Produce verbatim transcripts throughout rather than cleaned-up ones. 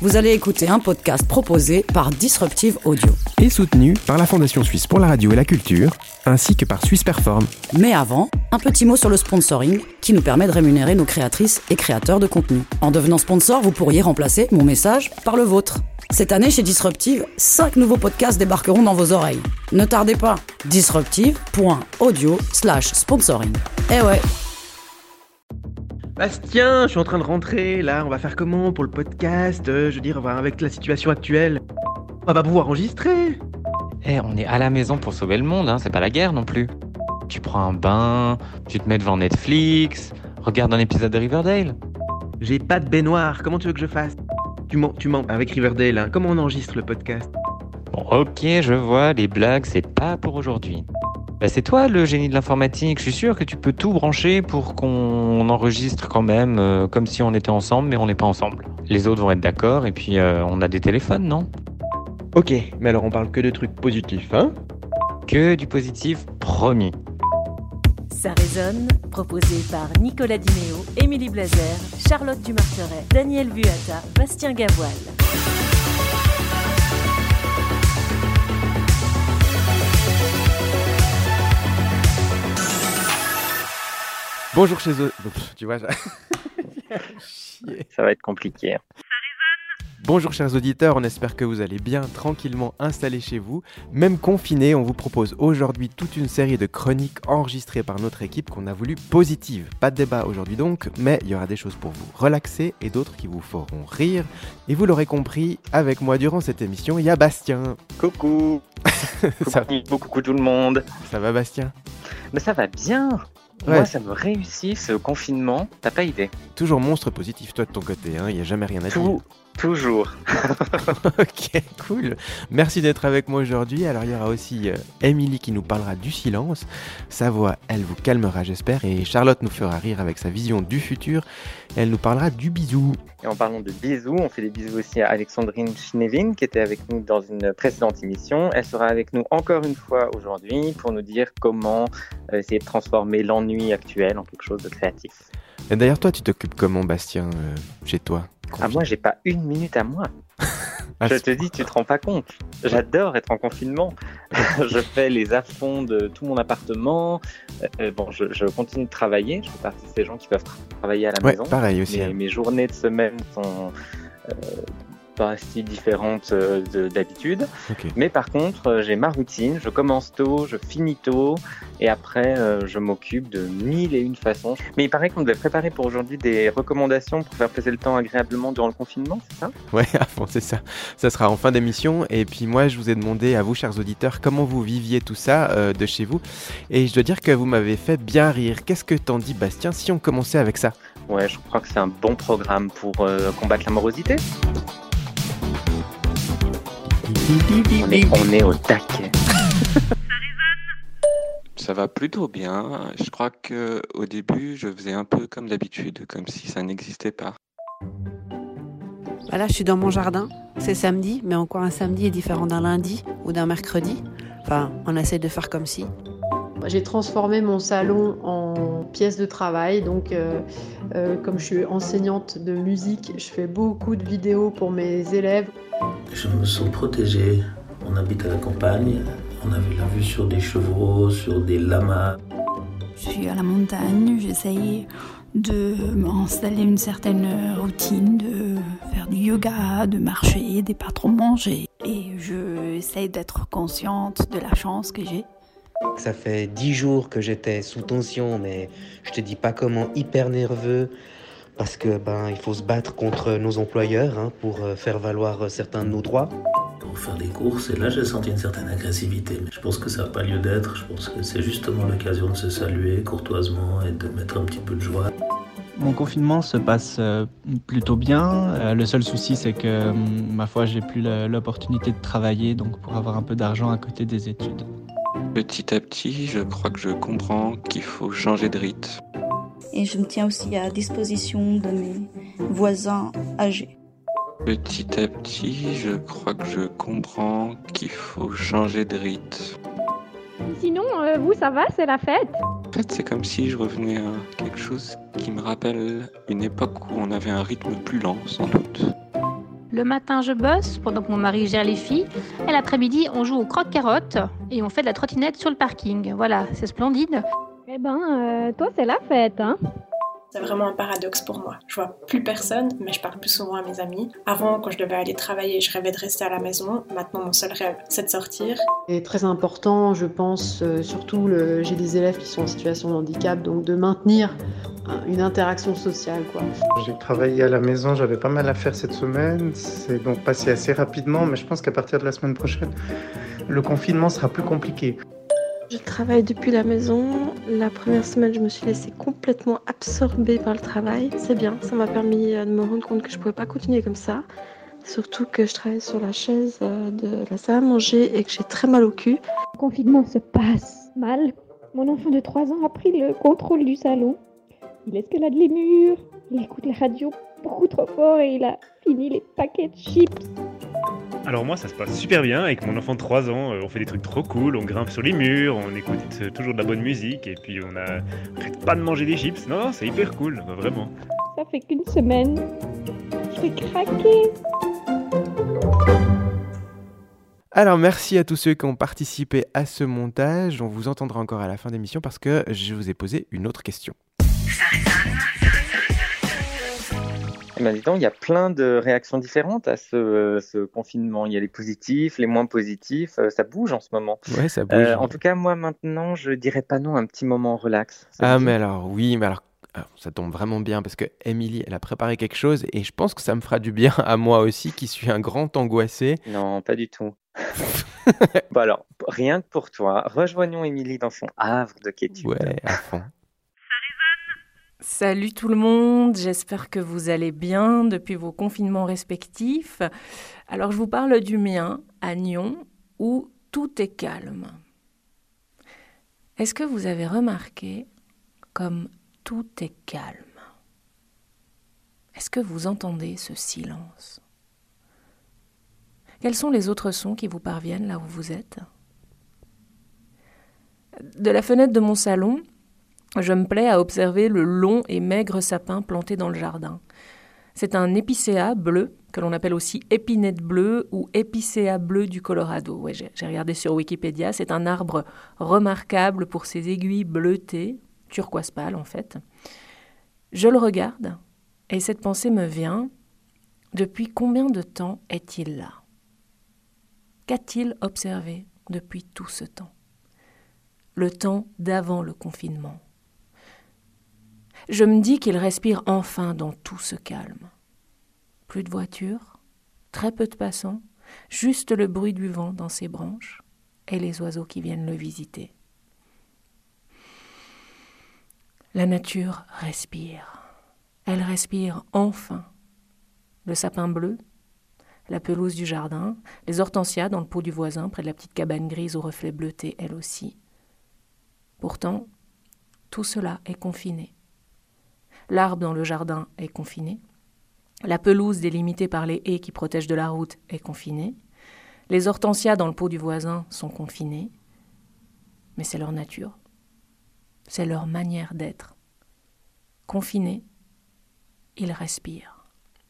Vous allez écouter un podcast proposé par Disruptive Audio. Et soutenu par la Fondation Suisse pour la radio et la culture, ainsi que par Suisse Perform. Mais avant, un petit mot sur le sponsoring qui nous permet de rémunérer nos créatrices et créateurs de contenu. En devenant sponsor, vous pourriez remplacer mon message par le vôtre. Cette année, chez Disruptive, cinq nouveaux podcasts débarqueront dans vos oreilles. Ne tardez pas, disruptive.audio slash sponsoring. Eh ouais. Bastien, je suis en train de rentrer, là, on va faire comment pour le podcast euh, Je veux dire, avec la situation actuelle, on va pas pouvoir enregistrer. Eh, hey, on est à la maison pour sauver le monde, hein, c'est pas la guerre non plus. Tu prends un bain, tu te mets devant Netflix, regarde un épisode de Riverdale. J'ai pas de baignoire, comment tu veux que je fasse ? Tu mens, tu mens avec Riverdale, hein. Comment on enregistre le podcast ? Bon, ok, je vois, les blagues, c'est pas pour aujourd'hui. Bah, c'est toi le génie de l'informatique, je suis sûr que tu peux tout brancher pour qu'on enregistre quand même, euh, comme si on était ensemble, mais on n'est pas ensemble. Les autres vont être d'accord, et puis euh, on a des téléphones, non ? Ok, mais alors on parle que de trucs positifs, hein ? Que du positif, promis. Ça résonne, proposé par Nicolas Diméo, Émilie Blazer, Charlotte Dumarteret, Daniel Vuata, Bastien Gavoil. Bonjour chez eux. Tu vois, ça va être compliqué. Bonjour chers auditeurs, on espère que vous allez bien tranquillement installés chez vous. Même confinés, on vous propose aujourd'hui toute une série de chroniques enregistrées par notre équipe qu'on a voulu positives. Pas de débat aujourd'hui donc, mais il y aura des choses pour vous relaxer et d'autres qui vous feront rire. Et vous l'aurez compris, avec moi durant cette émission, il y a Bastien. Coucou. ça... Coucou, coucou tout le monde. Ça va Bastien ? Mais ça va bien. Ouais. Moi, ça me réussit ce confinement, t'as pas idée. Toujours monstre positif, toi de ton côté, il hein, n'y a jamais rien à Tout, dire. Toujours. Ok, cool. Merci d'être avec moi aujourd'hui. Alors, il y aura aussi euh, Émilie qui nous parlera du silence. Sa voix, elle vous calmera, j'espère. Et Charlotte nous fera rire avec sa vision du futur. Elle nous parlera du bisou. Et en parlant de bisous, on fait des bisous aussi à Alexandrine Schneevin qui était avec nous dans une précédente émission. Elle sera avec nous encore une fois aujourd'hui pour nous dire comment euh, essayer de transformer l'ennui actuel en quelque chose de créatif. Et d'ailleurs, toi, tu t'occupes comment, Bastien, euh, chez toi ? Ah, moi, j'ai pas une minute à moi. Je te dis, tu te rends pas compte. J'adore être en confinement. Je fais les affonds de tout mon appartement. Euh, bon, je, je continue de travailler. Je fais partie de ces gens qui peuvent tra- travailler à la ouais, maison. Pareil aussi. Mes, hein. mes journées de semaine sont euh, pas si différentes euh, de, d'habitude. Okay. Mais par contre, euh, j'ai ma routine. Je commence tôt, je finis tôt. Et après, euh, je m'occupe de mille et une façons. Mais il paraît qu'on devait préparer pour aujourd'hui des recommandations pour faire passer le temps agréablement durant le confinement, c'est ça ? Ouais, bon, c'est ça. Ça sera en fin d'émission. Et puis moi, je vous ai demandé à vous, chers auditeurs, comment vous viviez tout ça euh, de chez vous. Et je dois dire que vous m'avez fait bien rire. Qu'est-ce que t'en dis, Bastien, si on commençait avec ça ? Ouais, je crois que c'est un bon programme pour euh, combattre la morosité. On est, on est au taquet. Ça va plutôt bien. Je crois que au début, je faisais un peu comme d'habitude, comme si ça n'existait pas. Bah là, je suis dans mon jardin. C'est samedi, mais encore un samedi est différent d'un lundi ou d'un mercredi. Enfin, on essaie de faire comme si. J'ai transformé mon salon en pièce de travail. Donc, euh, euh, comme je suis enseignante de musique, je fais beaucoup de vidéos pour mes élèves. Je me sens protégé. On habite à la campagne. On avait la vue sur des chevaux, sur des lamas. Je suis à la montagne, j'essaye de m'installer une certaine routine, de faire du yoga, de marcher, de pas trop manger. Et je essaye d'être consciente de la chance que j'ai. Ça fait dix jours que j'étais sous tension, mais je te dis pas comment, hyper nerveux. Parce que ben il faut se battre contre nos employeurs hein, pour faire valoir certains de nos droits. Pour faire des courses, et là j'ai senti une certaine agressivité. Mais je pense que ça n'a pas lieu d'être. Je pense que c'est justement l'occasion de se saluer courtoisement et de mettre un petit peu de joie. Mon confinement se passe euh, plutôt bien. Euh, le seul souci, c'est que, euh, ma foi, j'ai plus la, l'opportunité de travailler, donc pour avoir un peu d'argent à côté des études. Petit à petit, je crois que je comprends qu'il faut changer de rythme. Et je me tiens aussi à disposition de mes voisins âgés. Petit à petit, je crois que je comprends qu'il faut changer de rythme. Sinon, euh, vous, ça va, c'est la fête ? En fait, c'est comme si je revenais à quelque chose qui me rappelle une époque où on avait un rythme plus lent, sans doute. Le matin, je bosse pendant que mon mari gère les filles. Et l'après-midi, on joue au croque-carotte et on fait de la trottinette sur le parking. Voilà, c'est splendide. Eh ben, euh, toi, c'est la fête, hein? C'est vraiment un paradoxe pour moi. Je vois plus personne, mais je parle plus souvent à mes amis. Avant, quand je devais aller travailler, je rêvais de rester à la maison. Maintenant, mon seul rêve, c'est de sortir. Et très important, je pense, euh, surtout, le, j'ai des élèves qui sont en situation de handicap, donc de maintenir une interaction sociale, quoi. J'ai travaillé à la maison, j'avais pas mal à faire cette semaine. C'est donc passé assez rapidement, mais je pense qu'à partir de la semaine prochaine, le confinement sera plus compliqué. Je travaille depuis la maison. La première semaine, je me suis laissée complètement absorbée par le travail. C'est bien, ça m'a permis de me rendre compte que je ne pouvais pas continuer comme ça. Surtout que je travaille sur la chaise de la salle à manger et que j'ai très mal au cul. Le confinement se passe mal. Mon enfant de trois ans a pris le contrôle du salon. Il escalade les murs, il écoute la radio beaucoup trop fort et il a fini les paquets de chips. Alors moi ça se passe super bien avec mon enfant de trois ans, on fait des trucs trop cool, on grimpe sur les murs, on écoute toujours de la bonne musique et puis on a... on arrête pas de manger des chips. Non, non, c'est hyper cool, vraiment. Ça fait qu'une semaine, je vais craquer. Alors merci à tous ceux qui ont participé à ce montage, on vous entendra encore à la fin d'émission parce que je vous ai posé une autre question. Eh ben, dis donc, il y a plein de réactions différentes à ce, ce confinement. Il y a les positifs, les moins positifs. Ça bouge en ce moment. Ouais, ça bouge. Euh, en tout cas, moi, maintenant, je dirais pas non à un petit moment relax. Ah, mais alors, oui, mais alors, alors, ça tombe vraiment bien parce que Émilie, elle a préparé quelque chose et je pense que ça me fera du bien à moi aussi qui suis un grand angoissé. Non, pas du tout. Bon alors, rien que pour toi, rejoignons Émilie dans son havre de quiétude. Ouais, à fond. Salut tout le monde, j'espère que vous allez bien depuis vos confinements respectifs. Alors je vous parle du mien, à Nyon, où tout est calme. Est-ce que vous avez remarqué comme tout est calme? Est-ce que vous entendez ce silence? Quels sont les autres sons qui vous parviennent là où vous êtes? De la fenêtre de mon salon, je me plais à observer le long et maigre sapin planté dans le jardin. C'est un épicéa bleu, que l'on appelle aussi épinette bleue ou épicéa bleu du Colorado. Ouais, j'ai, j'ai regardé sur Wikipédia, c'est un arbre remarquable pour ses aiguilles bleutées, turquoise pâle en fait. Je le regarde et cette pensée me vient, depuis combien de temps est-il là? Qu'a-t-il observé depuis tout ce temps? Le temps d'avant le confinement. Je me dis qu'il respire enfin dans tout ce calme. Plus de voitures, très peu de passants, juste le bruit du vent dans ses branches et les oiseaux qui viennent le visiter. La nature respire. Elle respire enfin. Le sapin bleu, la pelouse du jardin, les hortensias dans le pot du voisin près de la petite cabane grise aux reflets bleutés, elle aussi. Pourtant, tout cela est confiné. L'arbre dans le jardin est confiné. La pelouse délimitée par les haies qui protègent de la route est confinée. Les hortensias dans le pot du voisin sont confinées. Mais c'est leur nature. C'est leur manière d'être. Confinés, ils respirent.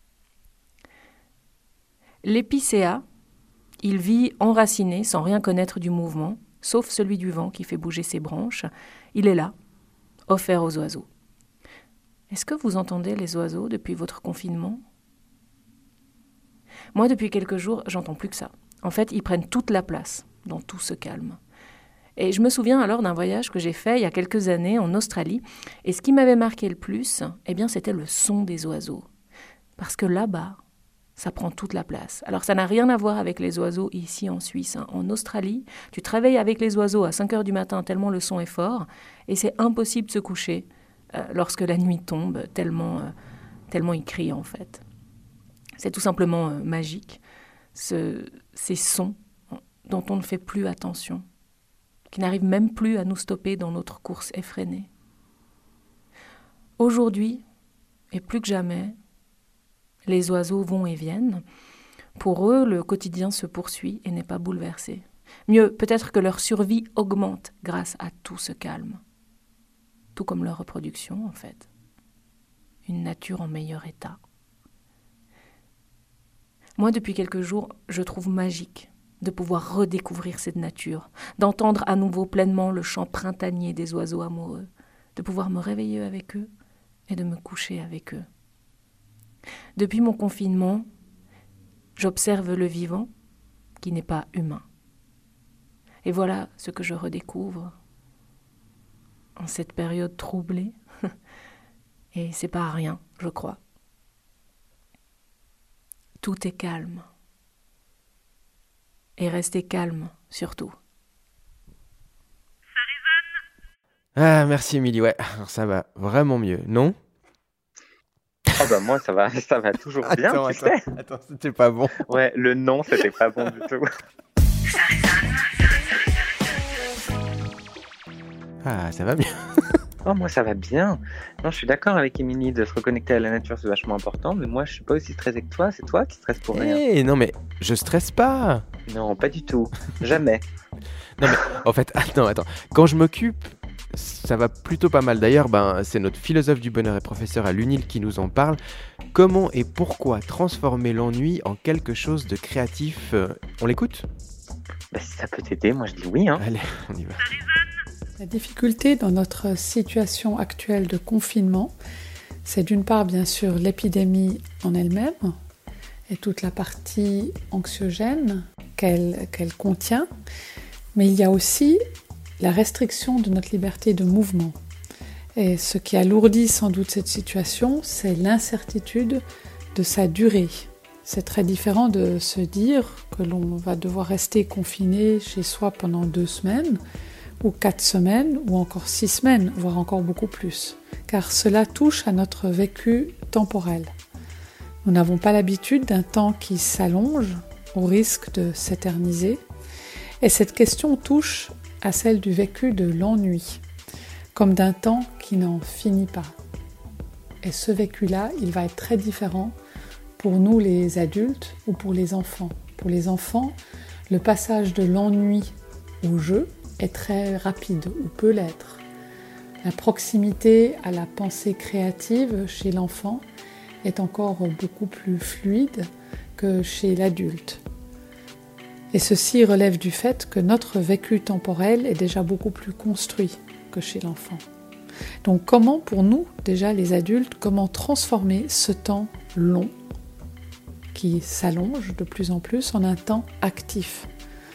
L'épicéa, il vit enraciné sans rien connaître du mouvement, sauf celui du vent qui fait bouger ses branches. Il est là, offert aux oiseaux. Est-ce que vous entendez les oiseaux depuis votre confinement? Moi, depuis quelques jours, j'entends plus que ça. En fait, ils prennent toute la place dans tout ce calme. Et je me souviens alors d'un voyage que j'ai fait il y a quelques années en Australie. Et ce qui m'avait marqué le plus, eh bien, c'était le son des oiseaux. Parce que là-bas, ça prend toute la place. Alors, ça n'a rien à voir avec les oiseaux ici en Suisse. Hein. En Australie, tu travailles avec les oiseaux à cinq heures du matin tellement le son est fort. Et c'est impossible de se coucher euh, lorsque la nuit tombe, tellement, euh, tellement ils crient en fait. C'est tout simplement euh, magique, ce, ces sons dont on ne fait plus attention, qui n'arrivent même plus à nous stopper dans notre course effrénée. Aujourd'hui, et plus que jamais, les oiseaux vont et viennent. Pour eux, le quotidien se poursuit et n'est pas bouleversé. Mieux, peut-être que leur survie augmente grâce à tout ce calme. Tout comme leur reproduction, en fait. Une nature en meilleur état. Moi, depuis quelques jours, je trouve magique de pouvoir redécouvrir cette nature, d'entendre à nouveau pleinement le chant printanier des oiseaux amoureux, de pouvoir me réveiller avec eux et de me coucher avec eux. Depuis mon confinement, j'observe le vivant qui n'est pas humain. Et voilà ce que je redécouvre en cette période troublée. Et c'est pas rien, je crois. Tout est calme. Et restez calme, surtout. Ah, merci Émilie, ouais, alors ça va vraiment mieux, non? Oh bah moi ça va, ça va toujours bien, attends, tu attends, sais. Attends, c'était pas bon. Ouais, le non, c'était pas bon du tout. Ah, ça va bien. Oh, moi ça va bien. Non, je suis d'accord avec Émilie, de se reconnecter à la nature, c'est vachement important, mais moi je suis pas aussi stressé que toi, c'est toi qui stresses pour rien. Eh, non mais, je stresse pas. Non, pas du tout, jamais. Non mais, en fait, attends, attends, quand je m'occupe, ça va plutôt pas mal. D'ailleurs, ben, c'est notre philosophe du bonheur et professeur à l'U N I L qui nous en parle. Comment et pourquoi transformer l'ennui en quelque chose de créatif? euh, On l'écoute? Bah, si ça peut t'aider, moi je dis oui. Hein. Allez, on y va. La difficulté dans notre situation actuelle de confinement, c'est d'une part bien sûr l'épidémie en elle-même et toute la partie anxiogène qu'elle, qu'elle contient, mais il y a aussi la restriction de notre liberté de mouvement. Et ce qui alourdit sans doute cette situation, c'est l'incertitude de sa durée. C'est très différent de se dire que l'on va devoir rester confiné chez soi pendant deux semaines, ou quatre semaines, ou encore six semaines, voire encore beaucoup plus. Car cela touche à notre vécu temporel. Nous n'avons pas l'habitude d'un temps qui s'allonge, au risque de s'éterniser. Et cette question touche à celle du vécu de l'ennui, comme d'un temps qui n'en finit pas. Et ce vécu-là, il va être très différent pour nous les adultes ou pour les enfants. Pour les enfants, le passage de l'ennui au jeu est très rapide ou peut l'être. La proximité à la pensée créative chez l'enfant est encore beaucoup plus fluide que chez l'adulte. Et ceci relève du fait que notre vécu temporel est déjà beaucoup plus construit que chez l'enfant. Donc comment pour nous, déjà les adultes, comment transformer ce temps long qui s'allonge de plus en plus en un temps actif?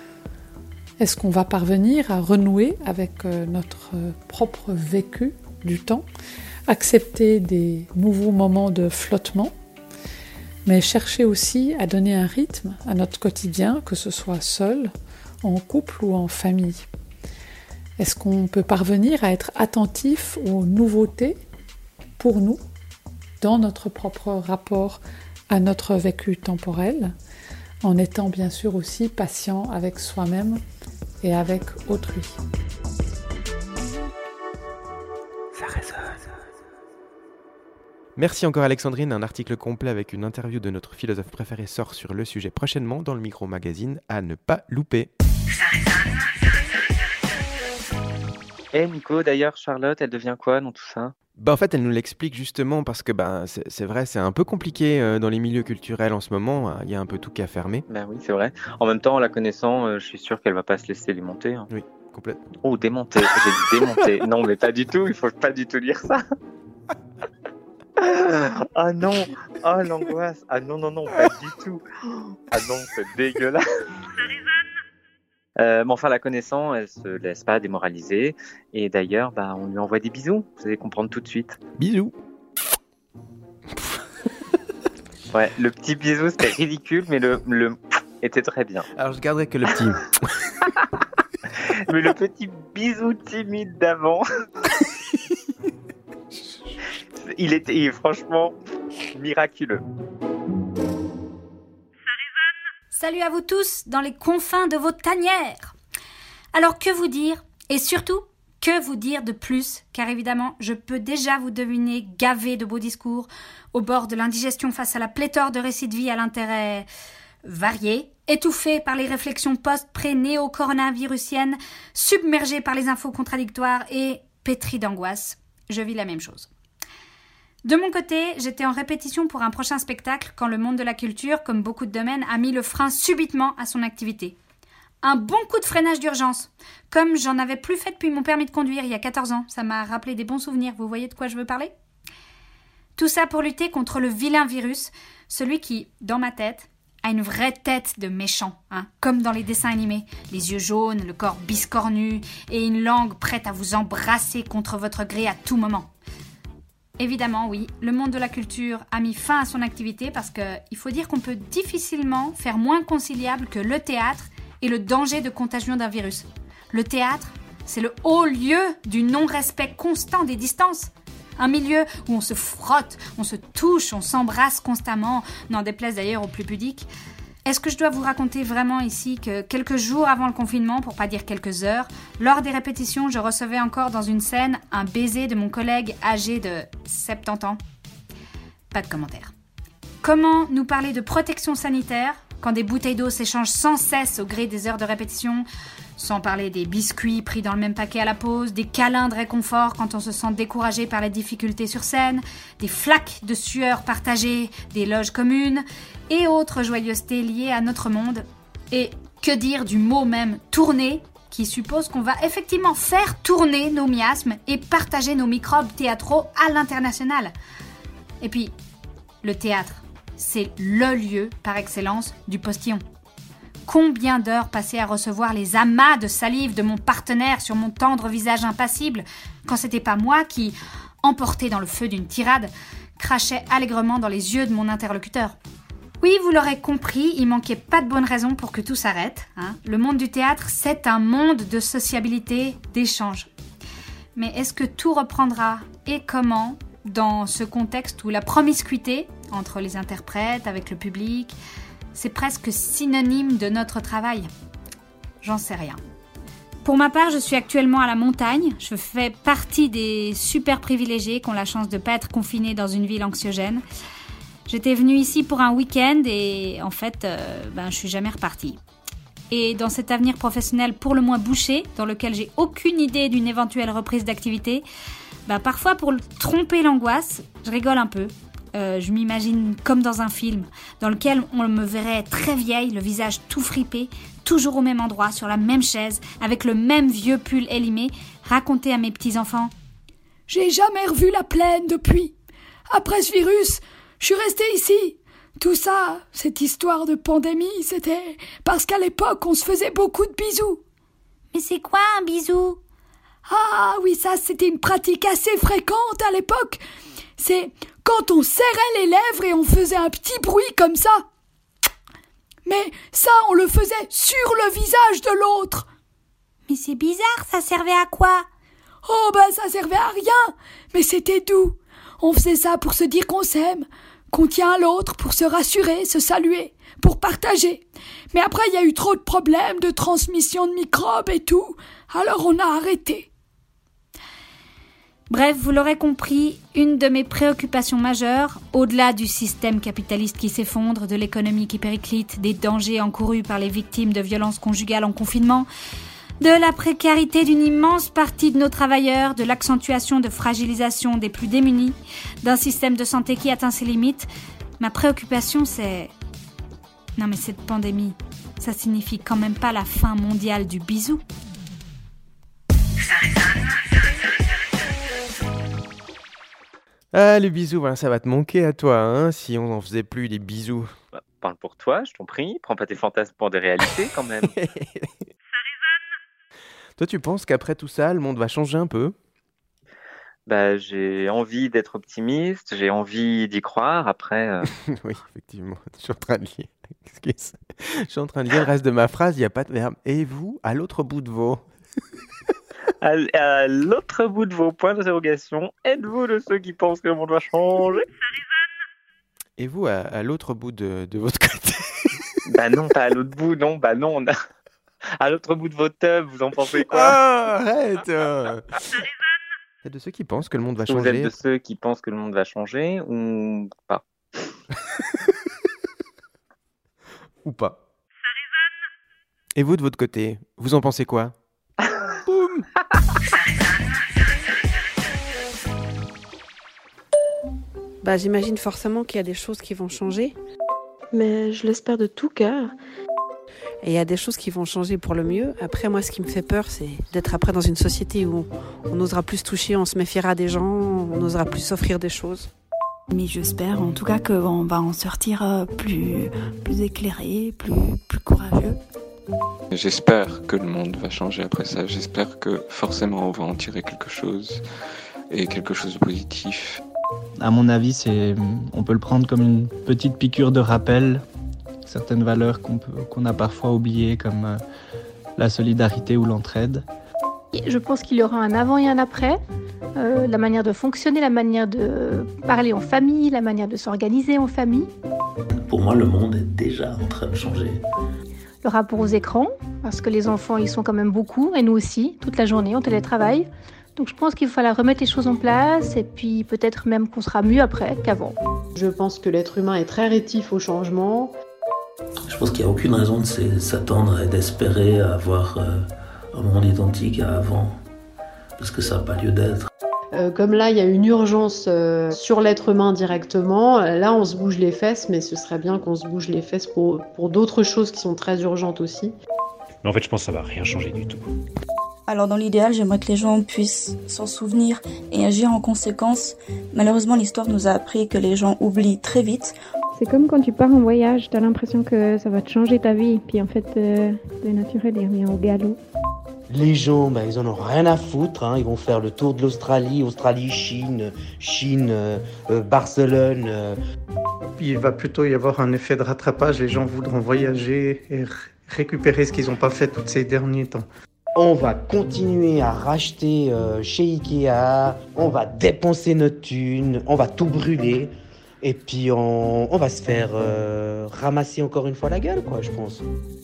Est-ce qu'on va parvenir à renouer avec notre propre vécu du temps, accepter des nouveaux moments de flottement, mais chercher aussi à donner un rythme à notre quotidien, que ce soit seul, en couple ou en famille? Est-ce qu'on peut parvenir à être attentif aux nouveautés pour nous, dans notre propre rapport à notre vécu temporel, en étant bien sûr aussi patient avec soi-même et avec autrui? Ça résonne. Merci encore Alexandrine, un article complet avec une interview de notre philosophe préféré sort sur le sujet prochainement dans le Micro Magazine, à ne pas louper. Eh hey Nico, d'ailleurs Charlotte, elle devient quoi dans tout ça? Bah en fait, elle nous l'explique justement parce que bah, c'est, c'est vrai, c'est un peu compliqué euh, dans les milieux culturels en ce moment. Il y a un peu tout qui a fermé. Ben oui, c'est vrai. En même temps, en la connaissant, euh, je suis sûr qu'elle va pas se laisser démonter. Hein. Oui, complètement. Oh, démonter, j'ai dit démonter. Non, mais pas du tout, il faut pas du tout dire ça. Ah non, ah l'angoisse. Ah non, non, non, pas du tout. Ah non, c'est dégueulasse. Euh, mais enfin, la connaissant, elle se laisse pas démoraliser. Et d'ailleurs, bah, on lui envoie des bisous. Vous allez comprendre tout de suite. Bisous. Ouais, le petit bisou, c'était ridicule, mais le, le était très bien. Alors, je garderai que le petit. Mais le petit bisou timide d'avant, il était il est franchement miraculeux. Salut à vous tous dans les confins de vos tanières. Alors que vous dire, et surtout, que vous dire de plus, car évidemment, je peux déjà vous deviner gavé de beaux discours, au bord de l'indigestion face à la pléthore de récits de vie à l'intérêt varié, étouffé par les réflexions post-pré-néo-coronavirusiennes, submergé par les infos contradictoires et pétri d'angoisse. Je vis la même chose. De mon côté, j'étais en répétition pour un prochain spectacle quand le monde de la culture, comme beaucoup de domaines, a mis le frein subitement à son activité. Un bon coup de freinage d'urgence, comme j'en avais plus fait depuis mon permis de conduire il y a quatorze ans. Ça m'a rappelé des bons souvenirs, vous voyez de quoi je veux parler ? Tout ça pour lutter contre le vilain virus, celui qui, dans ma tête, a une vraie tête de méchant, hein, comme dans les dessins animés. Les yeux jaunes, le corps biscornu et une langue prête à vous embrasser contre votre gré à tout moment. Évidemment, oui, le monde de la culture a mis fin à son activité parce qu'il faut dire qu'on peut difficilement faire moins conciliable que le théâtre et le danger de contagion d'un virus. Le théâtre, c'est le haut lieu du non-respect constant des distances. Un milieu où on se frotte, on se touche, on s'embrasse constamment, n'en déplaise d'ailleurs aux plus pudiques. Est-ce que je dois vous raconter vraiment ici que quelques jours avant le confinement, pour pas dire quelques heures, lors des répétitions, je recevais encore dans une scène un baiser de mon collègue âgé de soixante-dix ans ? Pas de commentaire. Comment nous parler de protection sanitaire quand des bouteilles d'eau s'échangent sans cesse au gré des heures de répétition, sans parler des biscuits pris dans le même paquet à la pause, des câlins de réconfort quand on se sent découragé par les difficultés sur scène, des flaques de sueur partagées, des loges communes et autres joyeusetés liées à notre monde. Et que dire du mot même « tourner » qui suppose qu'on va effectivement faire tourner nos miasmes et partager nos microbes théâtraux à l'international. Et puis, le théâtre, c'est le lieu par excellence du postillon. Combien d'heures passées à recevoir les amas de salive de mon partenaire sur mon tendre visage impassible, quand c'était pas moi qui, emporté dans le feu d'une tirade, crachait allègrement dans les yeux de mon interlocuteur. Oui, vous l'aurez compris, il manquait pas de bonnes raisons pour que tout s'arrête, hein. Le monde du théâtre, c'est un monde de sociabilité, d'échange. Mais est-ce que tout reprendra et comment dans ce contexte où la promiscuité entre les interprètes, avec le public, c'est presque synonyme de notre travail? J'en sais rien. Pour ma part, je suis actuellement à la montagne. Je fais partie des super privilégiés qui ont la chance de ne pas être confinés dans une ville anxiogène. J'étais venue ici pour un week-end et en fait, euh, ben, je ne suis jamais repartie. Et dans cet avenir professionnel pour le moins bouché, dans lequel j'ai aucune idée d'une éventuelle reprise d'activité, ben, parfois pour tromper l'angoisse, je rigole un peu. Euh, je m'imagine comme dans un film, dans lequel on me verrait très vieille, le visage tout fripé, toujours au même endroit, sur la même chaise, avec le même vieux pull élimé, raconter à mes petits-enfants « J'ai jamais revu la plaine depuis. Après ce virus, je suis restée ici. Tout ça, cette histoire de pandémie, c'était parce qu'à l'époque, on se faisait beaucoup de bisous. » « Mais c'est quoi un bisou ?»« Ah oui, ça, c'était une pratique assez fréquente à l'époque. C'est quand on serrait les lèvres et on faisait un petit bruit comme ça. Mais ça, on le faisait sur le visage de l'autre. »« Mais c'est bizarre, ça servait à quoi ?»« Oh ben, ça servait à rien, mais c'était doux. On faisait ça pour se dire qu'on s'aime, qu'on tient à l'autre, pour se rassurer, se saluer, pour partager. Mais après, il y a eu trop de problèmes de transmission de microbes et tout, alors on a arrêté. » Bref, vous l'aurez compris, une de mes préoccupations majeures, au-delà du système capitaliste qui s'effondre, de l'économie qui périclite, des dangers encourus par les victimes de violences conjugales en confinement, de la précarité d'une immense partie de nos travailleurs, de l'accentuation de fragilisation des plus démunis, d'un système de santé qui atteint ses limites, ma préoccupation c'est... Non mais cette pandémie, ça signifie quand même pas la fin mondiale du bisou. Ça résonne. Ah, les bisous, voilà, ça va te manquer à toi, hein, si on n'en faisait plus des bisous. Bah, parle pour toi, je t'en prie. Prends pas tes fantasmes pour des réalités, quand même. Ça résonne. Toi, tu penses qu'après tout ça, le monde va changer un peu ? Bah, j'ai envie d'être optimiste, j'ai envie d'y croire, après... Euh... oui, effectivement, je suis en train de lire. Excuse. Je suis en train de lire le reste de ma phrase, il n'y a pas de verbe. Et vous, à l'autre bout de vos... À, à l'autre bout de vos points d'interrogation, êtes-vous de ceux qui pensent que le monde va changer ? Ça résonne. Et vous, à, à l'autre bout de, de votre côté ? Bah non, pas à l'autre bout, non, bah non, on a... à l'autre bout de votre tub, vous en pensez quoi ? Oh, arrête. Ça résonne. C'est de ceux qui pensent que le monde va changer. Vous êtes de ceux qui pensent que le monde va changer ou pas ? Ou pas. Ça résonne. Et vous, de votre côté, vous en pensez quoi ? Boum. Bah, j'imagine forcément qu'il y a des choses qui vont changer. Mais je l'espère de tout cœur. Et il y a des choses qui vont changer pour le mieux. Après, moi, ce qui me fait peur, c'est d'être après dans une société où on n'osera plus se toucher, on se méfiera des gens, on n'osera plus s'offrir des choses. Mais j'espère en tout cas qu'on va en sortir plus, plus éclairé, plus, plus courageux. J'espère que le monde va changer après ça. J'espère que forcément on va en tirer quelque chose et quelque chose de positif. À mon avis, c'est, on peut le prendre comme une petite piqûre de rappel. Certaines valeurs qu'on, peut, qu'on a parfois oubliées, comme euh, la solidarité ou l'entraide. Je pense qu'il y aura un avant et un après. Euh, la manière de fonctionner, la manière de parler en famille, la manière de s'organiser en famille. Pour moi, le monde est déjà en train de changer. Le rapport aux écrans, parce que les enfants, ils sont quand même beaucoup, et nous aussi, toute la journée, en télétravail. Donc je pense qu'il va falloir remettre les choses en place, et puis peut-être même qu'on sera mieux après qu'avant. Je pense que l'être humain est très rétif au changement. Je pense qu'il n'y a aucune raison de s'attendre et d'espérer avoir euh, un monde identique à avant, parce que ça n'a pas lieu d'être. Euh, comme là, il y a une urgence euh, sur l'être humain directement, là, on se bouge les fesses, mais ce serait bien qu'on se bouge les fesses pour, pour d'autres choses qui sont très urgentes aussi. Mais en fait, je pense que ça va rien changer du tout. Alors dans l'idéal, j'aimerais que les gens puissent s'en souvenir et agir en conséquence. Malheureusement, l'histoire nous a appris que les gens oublient très vite. C'est comme quand tu pars en voyage, t'as l'impression que ça va te changer ta vie, puis en fait, euh, le naturel est remis au galop. Les gens, ben, ils en ont rien à foutre, hein. Ils vont faire le tour de l'Australie, Australie, Chine, Chine, euh, euh, Barcelone. Euh. Il va plutôt y avoir un effet de rattrapage, les gens voudront voyager et r- récupérer ce qu'ils n'ont pas fait tous ces derniers temps. On va continuer à racheter euh, chez Ikea, on va dépenser notre thune, on va tout brûler. Et puis on, on va se faire euh, ramasser encore une fois la gueule, quoi, je pense.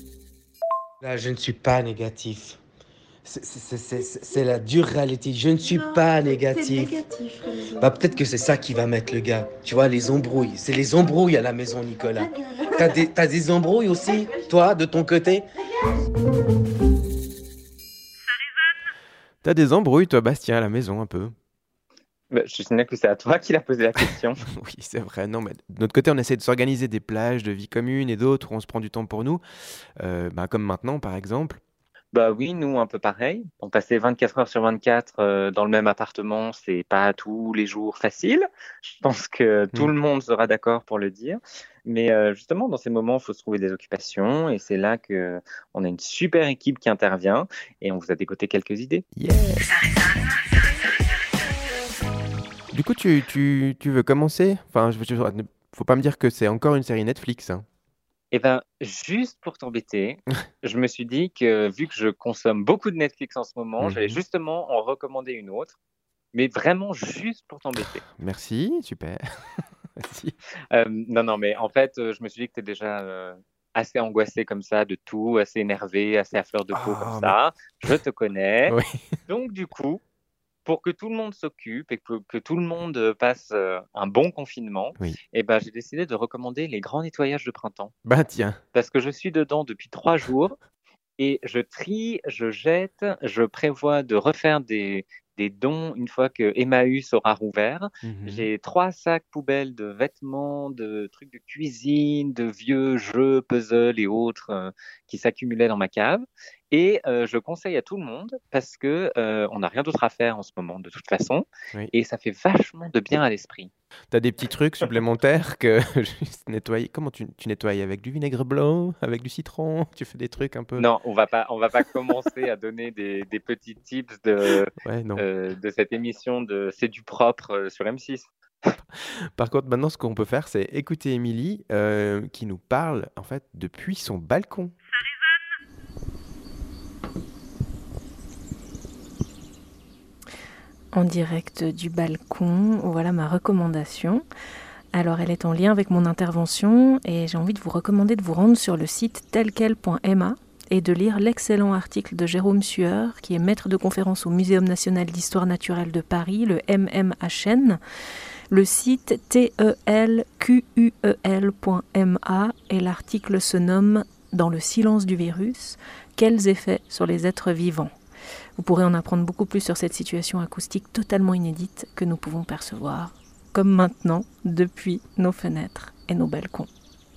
Là, je ne suis pas négatif. C'est, c'est, c'est, c'est, c'est la dure réalité. Je ne suis non, pas négatif. C'est négatif, bah, peut-être que c'est ça qui va mettre le gars. Tu vois, les embrouilles. C'est les embrouilles à la maison, Nicolas. T'as des, t'as des embrouilles aussi, toi, de ton côté? T'as des embrouilles, toi, Bastien, à la maison, un peu? Bah, je sais que c'est à toi qu'il a posé la question. Oui, c'est vrai. Non, mais de notre côté, on essaie de s'organiser des plages de vie commune et d'autres où on se prend du temps pour nous. Euh, bah, comme maintenant, par exemple. Bah oui, nous, un peu pareil. On passait vingt-quatre heures sur vingt-quatre euh, dans le même appartement, c'est pas tous les jours facile. Je pense que tout mmh. le monde sera d'accord pour le dire. Mais euh, justement, dans ces moments, il faut se trouver des occupations et c'est là qu'on a une super équipe qui intervient et on vous a dégoté quelques idées. Yeah. Du coup, tu, tu, tu veux commencer? Enfin, je ne faut pas me dire que c'est encore une série Netflix. Hein. Eh bien, juste pour t'embêter, je me suis dit que vu que je consomme beaucoup de Netflix en ce moment, mmh. j'allais justement en recommander une autre, mais vraiment juste pour t'embêter. Merci, super. Merci. Euh, non, non, mais en fait, je me suis dit que tu es déjà euh, assez angoissé comme ça de tout, assez énervé, assez à fleur de peau oh, comme mais... ça. Je te connais. Oui. Donc, du coup... pour que tout le monde s'occupe et que, que tout le monde passe euh, un bon confinement, oui. eh ben, j'ai décidé de recommander les grands nettoyages de printemps. Bah tiens. Parce que je suis dedans depuis trois jours et je trie, je jette, je prévois de refaire des, des dons une fois que Emmaüs aura rouvert. Mmh. J'ai trois sacs poubelles de vêtements, de trucs de cuisine, de vieux jeux, puzzles et autres euh, qui s'accumulaient dans ma cave. Et euh, je conseille à tout le monde parce que euh, on n'a rien d'autre à faire en ce moment de toute façon, oui. Et ça fait vachement de bien à l'esprit. T'as des petits trucs supplémentaires que juste nettoyer. Comment tu, tu nettoies avec du vinaigre blanc, avec du citron? Tu fais des trucs un peu. Non, on va pas, on va pas commencer à donner des, des petits tips de ouais, euh, de cette émission de C'est du propre euh, sur M six. Par contre, maintenant, ce qu'on peut faire, c'est écouter Émilie euh, qui nous parle en fait depuis son balcon. En direct du balcon, voilà ma recommandation. Alors elle est en lien avec mon intervention et j'ai envie de vous recommander de vous rendre sur le site telquel point m a et de lire l'excellent article de Jérôme Sueur, qui est maître de conférence au Muséum national d'histoire naturelle de Paris, le M M H N. Le site telquel point m a et l'article se nomme « Dans le silence du virus, quels effets sur les êtres vivants ?» Vous pourrez en apprendre beaucoup plus sur cette situation acoustique totalement inédite que nous pouvons percevoir comme maintenant, depuis nos fenêtres et nos balcons.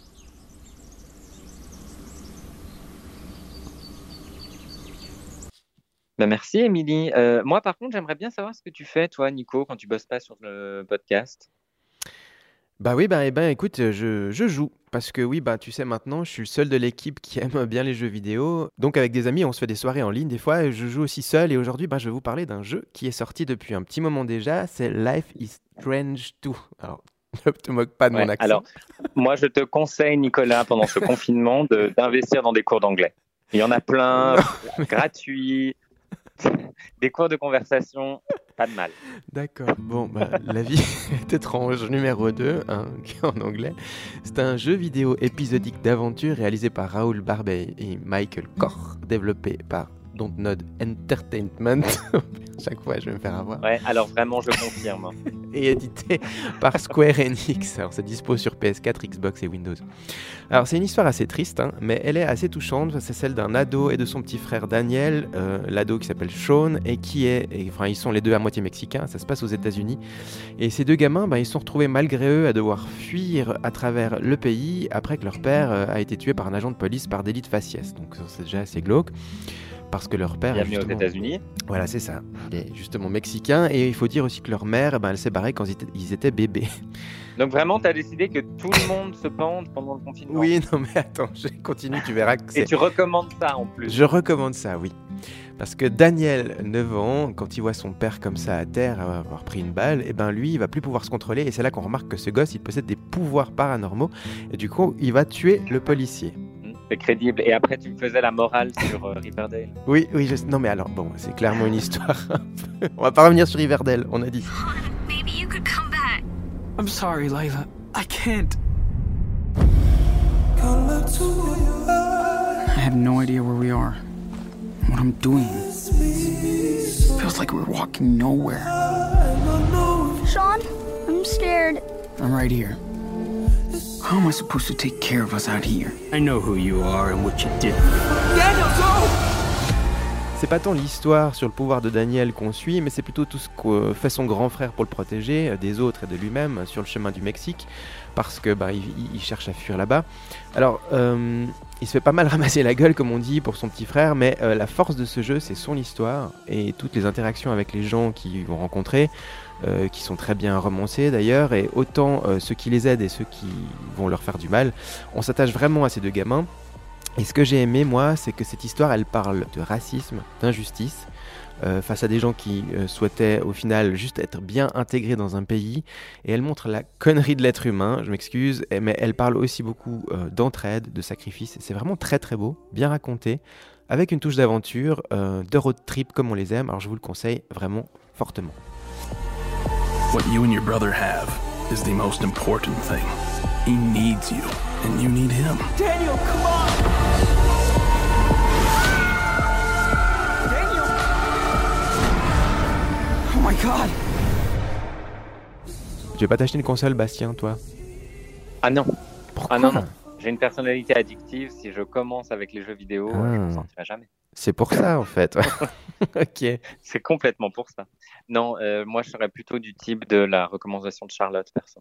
Ben merci Émilie. Euh, moi par contre j'aimerais bien savoir ce que tu fais toi Nico quand tu bosses pas sur le podcast. Bah oui, bah, eh ben, écoute, je, je joue. Parce que oui, bah, tu sais, maintenant, je suis le seul de l'équipe qui aime bien les jeux vidéo. Donc, avec des amis, on se fait des soirées en ligne des fois. Et je joue aussi seul. Et aujourd'hui, bah, je vais vous parler d'un jeu qui est sorti depuis un petit moment déjà. C'est Life is Strange deux. Alors, ne te moque pas de Ouais, mon accent. alors, moi je te conseille Nicolas pendant ce confinement de, d'investir dans des cours d'anglais. Il y en a plein, gratuits, des cours de conversation, pas de mal. D'accord. Bon, bah, La vie est étrange numéro deux, hein, qui est en anglais. C'est un jeu vidéo épisodique d'aventure réalisé par Raoul Barbey et Michael Koch, développé par Dontnod Entertainment. Chaque fois, je vais me faire avoir. Ouais, alors vraiment, je confirme. Et édité par Square Enix. Alors, c'est dispo sur P S quatre, Xbox et Windows. Alors, c'est une histoire assez triste, hein, mais elle est assez touchante. C'est celle d'un ado et de son petit frère Daniel, euh, l'ado qui s'appelle Sean, et qui est, et, enfin, ils sont les deux à moitié mexicains. Ça se passe aux États-Unis. Et ces deux gamins, bah, ils se sont retrouvés malgré eux à devoir fuir à travers le pays après que leur père euh, a été tué par un agent de police par délit de faciès. Donc, c'est déjà assez glauque. Parce que leur père Bienvenue est aux justement... États-Unis. Voilà, c'est ça. Il est justement mexicain. Et il faut dire aussi que leur mère, eh ben, elle s'est barrée quand ils étaient, ils étaient bébés. Donc vraiment, tu as décidé que tout le monde se pende pendant le confinement. Oui, non mais attends, je continue, tu verras que c'est... Et tu recommandes ça en plus. Je recommande ça, oui. Parce que Daniel, neuf ans, quand il voit son père comme ça à terre, avoir pris une balle, et ben lui, il va plus pouvoir se contrôler. Et c'est là qu'on remarque que ce gosse, il possède des pouvoirs paranormaux. Et du coup, il va tuer le policier. C'est crédible. Et après, tu me faisais la morale sur euh, Riverdale. Oui, oui, je... non mais alors, bon, c'est clairement une histoire. On va pas revenir sur Riverdale, on a dit. Maybe you could come back. I'm sorry, Layla. I can't. I have no idea where we are. What I'm doing. Feels like we're walking nowhere. Sean, I'm scared. I'm right here. How am I supposed to take care of us out here? I know who you are and what you did. Daniel, go! C'est pas tant l'histoire sur le pouvoir de Daniel qu'on suit, mais c'est plutôt tout ce que fait son grand frère pour le protéger des autres et de lui-même sur le chemin du Mexique, parce que bah, il, il cherche à fuir là-bas. Alors, euh, il se fait pas mal ramasser la gueule, comme on dit, pour son petit frère, mais euh, la force de ce jeu, c'est son histoire et toutes les interactions avec les gens qu'ils vont rencontrer, euh, qui sont très bien romancés d'ailleurs, et autant euh, ceux qui les aident et ceux qui vont leur faire du mal. On s'attache vraiment à ces deux gamins. Et ce que j'ai aimé, moi, c'est que cette histoire, elle parle de racisme, d'injustice, euh, face à des gens qui euh, souhaitaient, au final, juste être bien intégrés dans un pays. Et elle montre la connerie de l'être humain, je m'excuse, mais elle parle aussi beaucoup euh, d'entraide, de sacrifice. Et c'est vraiment très très beau, bien raconté, avec une touche d'aventure, euh, de road trip comme on les aime. Alors je vous le conseille vraiment fortement. What you and your brother have is the most important thing. He needs you, and you need him. Daniel, come on! Daniel! Oh my God! Tu veux pas t'acheter une console, Bastien, toi? Ah non. Pourquoi? Ah non, non. J'ai une personnalité addictive. Si je commence avec les jeux vidéo, Ah. je m'en sortirai jamais. C'est pour ça, en fait. Ok. C'est complètement pour ça. Non, euh, moi, je serais plutôt du type de la recommandation de Charlotte, perso.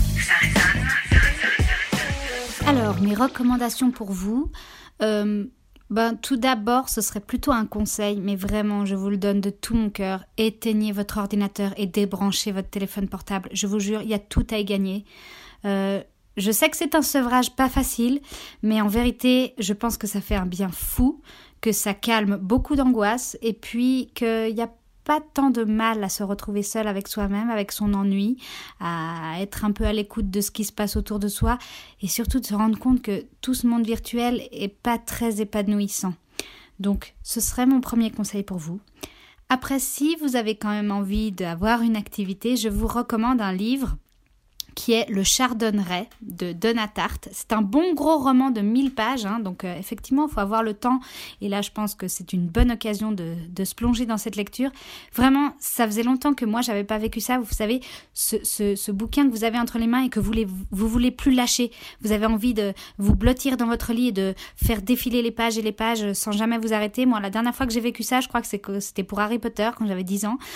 Alors, mes recommandations pour vous, euh, ben, tout d'abord, ce serait plutôt un conseil, mais vraiment, je vous le donne de tout mon cœur. Éteignez votre ordinateur et débranchez votre téléphone portable. Je vous jure, il y a tout à y gagner. Euh, je sais que c'est un sevrage pas facile, mais en vérité, je pense que ça fait un bien fou, que ça calme beaucoup d'angoisse, et puis qu'il n'y a pas tant de mal à se retrouver seul avec soi-même, avec son ennui, à être un peu à l'écoute de ce qui se passe autour de soi, et surtout de se rendre compte que tout ce monde virtuel est pas très épanouissant. Donc, ce serait mon premier conseil pour vous. Après, si vous avez quand même envie d'avoir une activité, je vous recommande un livre qui est Le Chardonneret de Donna Tartt. C'est un bon gros roman de mille pages, hein, donc euh, effectivement, il faut avoir le temps. Et là, je pense que c'est une bonne occasion de, de se plonger dans cette lecture. Vraiment, ça faisait longtemps que moi, j'avais pas vécu ça. Vous savez, ce, ce, ce bouquin que vous avez entre les mains et que vous, les, vous voulez plus lâcher. Vous avez envie de vous blottir dans votre lit et de faire défiler les pages et les pages sans jamais vous arrêter. Moi, la dernière fois que j'ai vécu ça, je crois que, c'est que c'était pour Harry Potter, quand j'avais dix ans.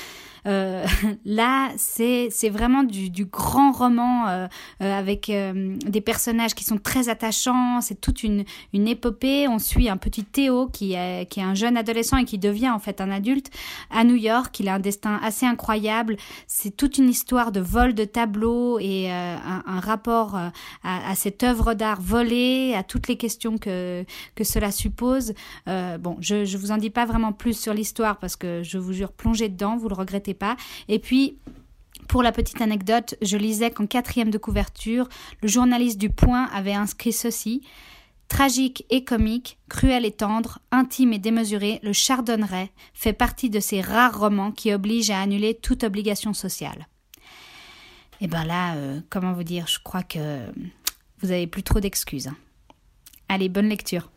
Euh, là, c'est c'est vraiment du, du grand roman euh, euh, avec euh, des personnages qui sont très attachants. C'est toute une, une épopée. On suit un petit Théo qui est, qui est un jeune adolescent et qui devient en fait un adulte à New York. Il a un destin assez incroyable. C'est toute une histoire de vol de tableaux et euh, un, un rapport euh, à, à cette œuvre d'art volée, à toutes les questions que, que cela suppose. Euh, bon, je ne vous en dis pas vraiment plus sur l'histoire parce que je vous jure, plongez dedans, vous ne le regrettez pas. Et puis, pour la petite anecdote, je lisais qu'en quatrième de couverture, le journaliste du Point avait inscrit ceci. Tragique et comique, cruel et tendre, intime et démesuré, le Chardonneret fait partie de ces rares romans qui obligent à annuler toute obligation sociale. Et ben là, euh, comment vous dire, je crois que vous avez plus trop d'excuses. Allez, bonne lecture.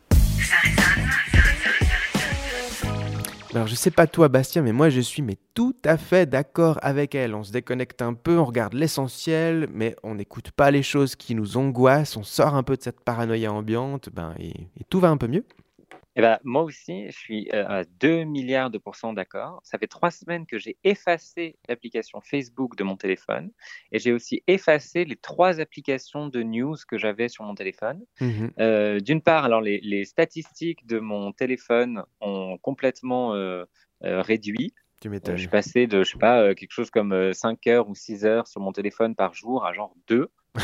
Alors je sais pas toi Bastien, mais moi je suis mais tout à fait d'accord avec elle. On se déconnecte un peu, on regarde l'essentiel, mais on n'écoute pas les choses qui nous angoissent, on sort un peu de cette paranoïa ambiante, ben, et, et tout va un peu mieux. Eh ben, moi aussi, je suis euh, à deux milliards de pourcents d'accord. Ça fait trois semaines que j'ai effacé l'application Facebook de mon téléphone et j'ai aussi effacé les trois applications de news que j'avais sur mon téléphone. Mmh. Euh, d'une part, alors les, les statistiques de mon téléphone ont complètement euh, euh, réduit. Tu m'étonnes. Euh, je suis passé de, je sais pas, euh, quelque chose comme euh, cinq heures ou six heures sur mon téléphone par jour à genre deux.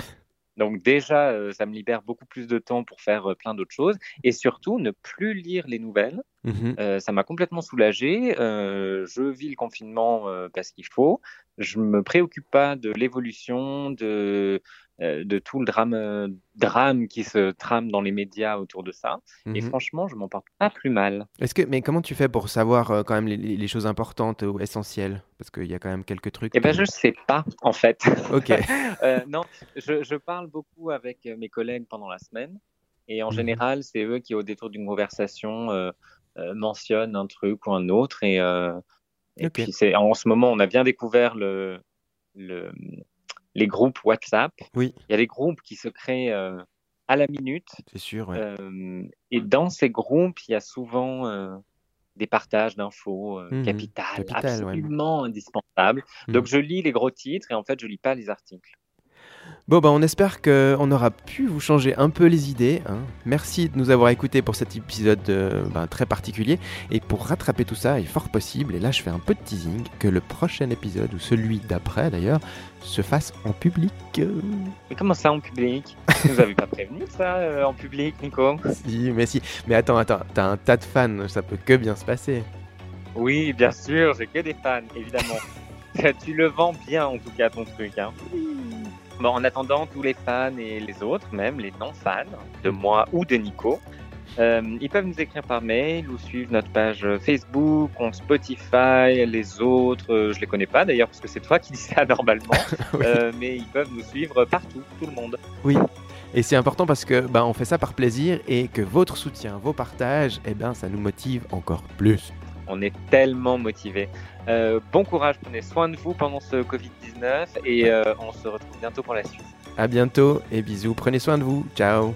Donc déjà, euh, ça me libère beaucoup plus de temps pour faire euh, plein d'autres choses. Et surtout, ne plus lire les nouvelles. Mmh. Euh, ça m'a complètement soulagé. Euh, je vis le confinement euh, parce qu'il faut. Je ne me préoccupe pas de l'évolution, de, euh, de tout le drame, euh, drame qui se trame dans les médias autour de ça. Mmh. Et franchement, je m'en porte pas plus mal. Est-ce que, mais comment tu fais pour savoir euh, quand même les, les choses importantes ou essentielles ? Parce qu'il y a quand même quelques trucs. Eh bien, je ne sais pas, en fait. Ok. euh, non, je, je parle beaucoup avec mes collègues pendant la semaine. Et en mmh. général, c'est eux qui, au détour d'une conversation, euh, euh, mentionnent un truc ou un autre. Et, euh, et okay. puis, c'est, en ce moment, on a bien découvert le, le, les groupes WhatsApp. Oui. Il y a des groupes qui se créent euh, à la minute. C'est sûr, ouais. Euh, et dans ces groupes, il y a souvent euh, des partages d'infos euh, mmh. capitales, Capital, absolument ouais. indispensables. Mmh. Donc, je lis les gros titres et en fait, je ne lis pas les articles. Bon, bah, on espère qu'on aura pu vous changer un peu les idées. Hein. Merci de nous avoir écoutés pour cet épisode euh, bah, très particulier. Et pour rattraper tout ça, il est fort possible, et là je fais un peu de teasing, que le prochain épisode, ou celui d'après d'ailleurs, se fasse en public. Mais comment ça en public ? Vous nous avez pas prévenu ça euh, en public, Nico ? Si, mais si. Mais attends, attends, t'as un tas de fans, ça peut que bien se passer. Oui, bien sûr, j'ai que des fans, évidemment. Tu le vends bien en tout cas ton truc, hein. Bon, en attendant, tous les fans et les autres, même les non-fans de moi ou de Nico, euh, ils peuvent nous écrire par mail ou suivre notre page Facebook, compte Spotify, les autres, euh, je les connais pas d'ailleurs parce que c'est toi qui dis ça normalement, oui. euh, mais ils peuvent nous suivre partout, tout le monde. Oui. Et c'est important parce que bah, on fait ça par plaisir et que votre soutien, vos partages, eh ben, ça nous motive encore plus. On est tellement motivés. Euh, bon courage, prenez soin de vous pendant ce covid dix-neuf et euh, on se retrouve bientôt pour la suite. À bientôt et bisous, prenez soin de vous, ciao.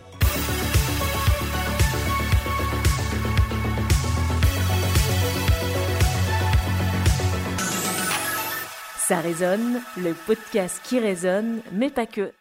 Ça résonne, le podcast qui résonne, mais pas que.